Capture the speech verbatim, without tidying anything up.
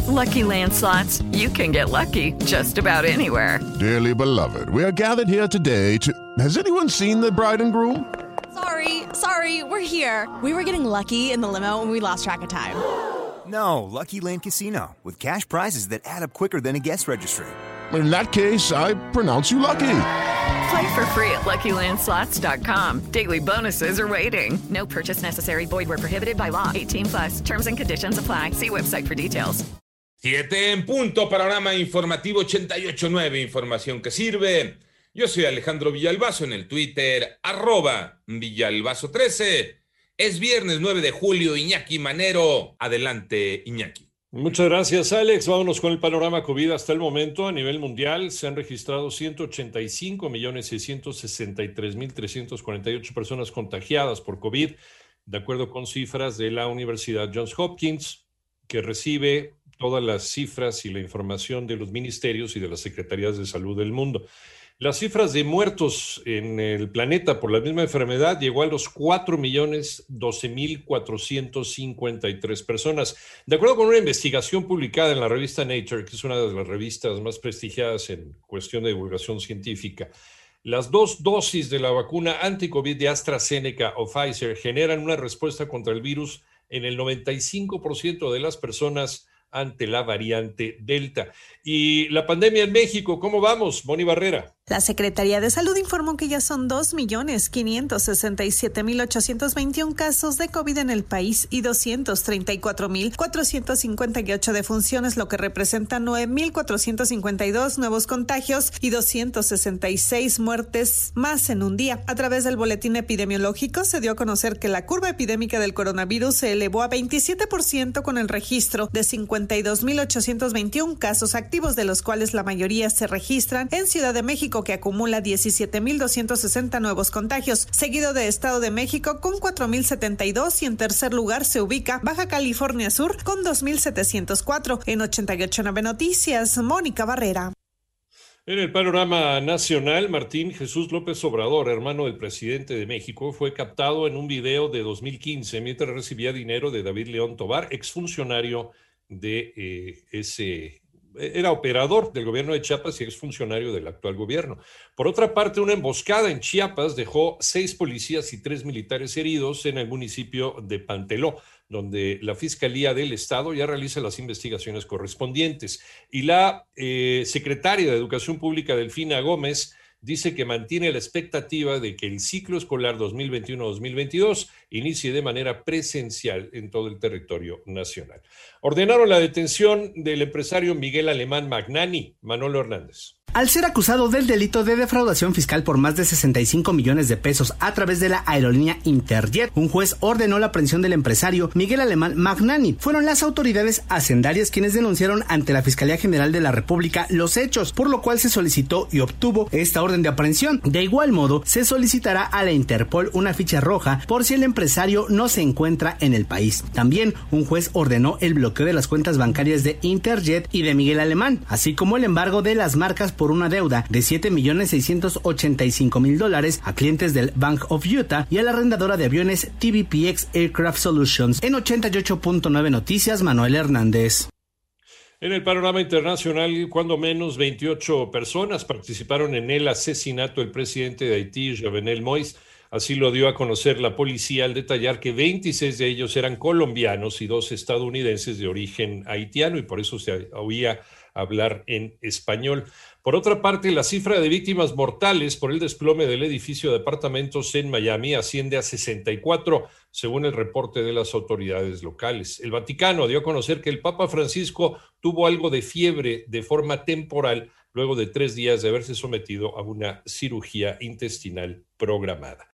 Lucky Land Slots, you can get lucky just about anywhere. Dearly beloved, we are gathered here today to... Has anyone seen the bride and groom? Sorry, sorry, we're here. We were getting lucky in the limo and we lost track of time. No, Lucky Land Casino, with cash prizes that add up quicker than a guest registry. In that case, I pronounce you lucky. Play for free at Lucky Land Slots dot com. Daily bonuses are waiting. No purchase necessary. Void where prohibited by law. eighteen plus. Terms and conditions apply. See website for details. Siete en punto, panorama informativo ochenta y ocho punto nueve, información que sirve. Yo soy Alejandro Villalbazo en el Twitter, arroba Villalbazo trece. Es viernes nueve de julio, Iñaki Manero. Adelante, Iñaki. Muchas gracias, Alex. Vámonos con el panorama COVID hasta el momento. A nivel mundial se han registrado ciento ochenta y cinco millones seiscientos sesenta y tres mil trescientas cuarenta y ocho personas contagiadas por COVID, de acuerdo con cifras de la Universidad Johns Hopkins, que recibe todas las cifras y la información de los ministerios y de las secretarías de salud del mundo. Las cifras de muertos en el planeta por la misma enfermedad llegó a los cuatro millones doce mil cuatrocientos cincuenta y tres personas. De acuerdo con una investigación publicada en la revista Nature, que es una de las revistas más prestigiadas en cuestión de divulgación científica, las dos dosis de la vacuna anti-COVID de AstraZeneca o Pfizer generan una respuesta contra el virus en el noventa y cinco por ciento de las personas ante la variante Delta. Y la pandemia en México, ¿cómo vamos? Moni Barrera. La Secretaría de Salud informó que ya son dos millones quinientos sesenta y siete mil ochocientos veintiún casos de COVID en el país y doscientos treinta y cuatro mil cuatrocientos cincuenta y ocho defunciones, lo que representa nueve mil cuatrocientos cincuenta y dos nuevos contagios y doscientos sesenta y seis muertes más en un día. A través del boletín epidemiológico se dio a conocer que la curva epidémica del coronavirus se elevó a veintisiete por ciento con el registro de cincuenta y dos mil ochocientos veintiún casos activos, de los cuales la mayoría se registran en Ciudad de México, que acumula diecisiete mil doscientos sesenta nuevos contagios, seguido de Estado de México con cuatro mil setenta y dos, y en tercer lugar se ubica Baja California Sur con dos mil setecientos cuatro. En ochenta y ocho punto nueve Noticias, Mónica Barrera. En el panorama nacional, Martín Jesús López Obrador, hermano del presidente de México, fue captado en un video de dos mil quince mientras recibía dinero de David León Tobar, exfuncionario de eh, ese... Era operador del gobierno de Chiapas y exfuncionario del actual gobierno. Por otra parte, una emboscada en Chiapas dejó seis policías y tres militares heridos en el municipio de Panteló, donde la Fiscalía del Estado ya realiza las investigaciones correspondientes. Y la eh, secretaria de Educación Pública, Delfina Gómez, dice que mantiene la expectativa de que el ciclo escolar dos mil veintiuno dos mil veintidós inicie de manera presencial en todo el territorio nacional. Ordenaron la detención del empresario Miguel Alemán Magnani. Manolo Hernández. Al ser acusado del delito de defraudación fiscal por más de sesenta y cinco millones de pesos a través de la aerolínea Interjet, un juez ordenó la aprehensión del empresario Miguel Alemán Magnani. Fueron las autoridades hacendarias quienes denunciaron ante la Fiscalía General de la República los hechos, por lo cual se solicitó y obtuvo esta orden de aprehensión. De igual modo, se solicitará a la Interpol una ficha roja por si el empresario no se encuentra en el país. También, un juez ordenó el bloqueo de las cuentas bancarias de Interjet y de Miguel Alemán, así como el embargo de las marcas por una deuda de siete millones seiscientos ochenta y cinco mil dólares a clientes del Bank of Utah y a la arrendadora de aviones T V P X Aircraft Solutions. En ochenta y ocho punto nueve Noticias, Manuel Hernández. En el panorama internacional, cuando menos veintiocho personas participaron en el asesinato del presidente de Haití, Jovenel Moïse. Así lo dio a conocer la policía al detallar que veintiséis de ellos eran colombianos y dos estadounidenses de origen haitiano, y por eso se oía hablar en español. Por otra parte, la cifra de víctimas mortales por el desplome del edificio de apartamentos en Miami asciende a sesenta y cuatro, según el reporte de las autoridades locales. El Vaticano dio a conocer que el Papa Francisco tuvo algo de fiebre de forma temporal luego de tres días de haberse sometido a una cirugía intestinal programada.